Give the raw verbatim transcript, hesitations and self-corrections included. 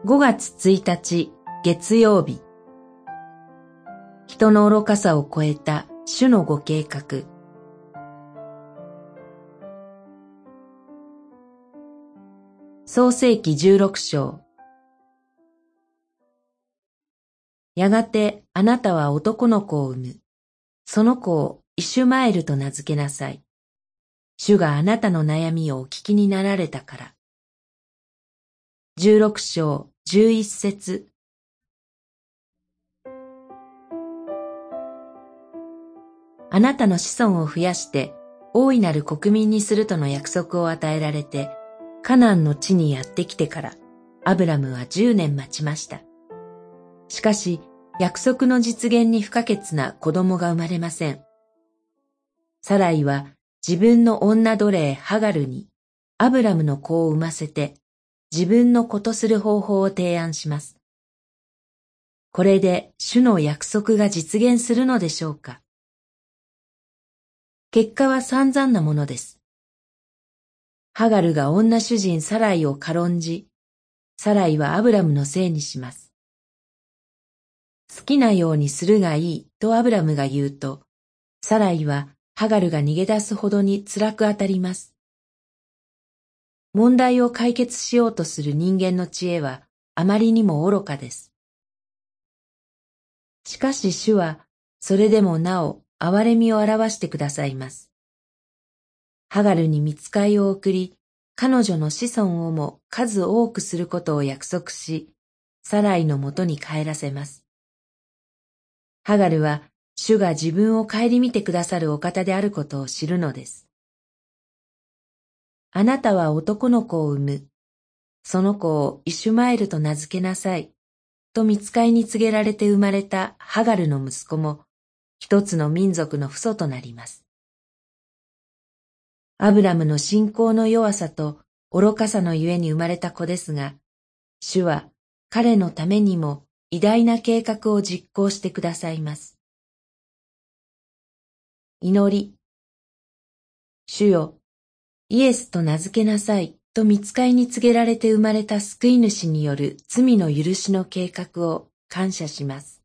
ごがつついたち月曜日。人の愚かさを超えた主のご計画。創世記じゅうろく章。やがてあなたは男の子を産む。その子をイシュマエルと名付けなさい。主があなたの悩みをお聞きになられたから。じゅうろく章じゅういっ節。あなたの子孫を増やして大いなる国民にするとの約束を与えられて、カナンの地にやってきてから、アブラムはじゅうねん待ちました。しかし、約束の実現に不可欠な子供が生まれません。サライは自分の女奴隷ハガルにアブラムの子を産ませて、自分の子とする方法を提案します。これで主の約束が実現するのでしょうか。結果は散々なものです。ハガルが女主人サライを軽んじ、サライはアブラムのせいにします。好きなようにするがいいとアブラムが言うと、サライはハガルが逃げ出すほどに辛く当たります。問題を解決しようとする人間の知恵はあまりにも愚かです。しかし主はそれでもなお憐れみを表してくださいます。ハガルに御使いを送り、彼女の子孫をも数多くすることを約束し、サライのもとに帰らせます。ハガルは主が自分を顧みてくださるお方であることを知るのです。あなたは男の子を産む。その子をイシュマエルと名付けなさい。と御使いに告げられて生まれたハガルの息子も、一つの民族の父祖となります。アブラムの信仰の弱さと愚かさのゆえに生まれた子ですが、主は彼のためにも偉大な計画を実行してくださいます。祈り。主よ、イエスと名付けなさいと御使いに告げられて生まれた救い主による罪の許しの計画を感謝します。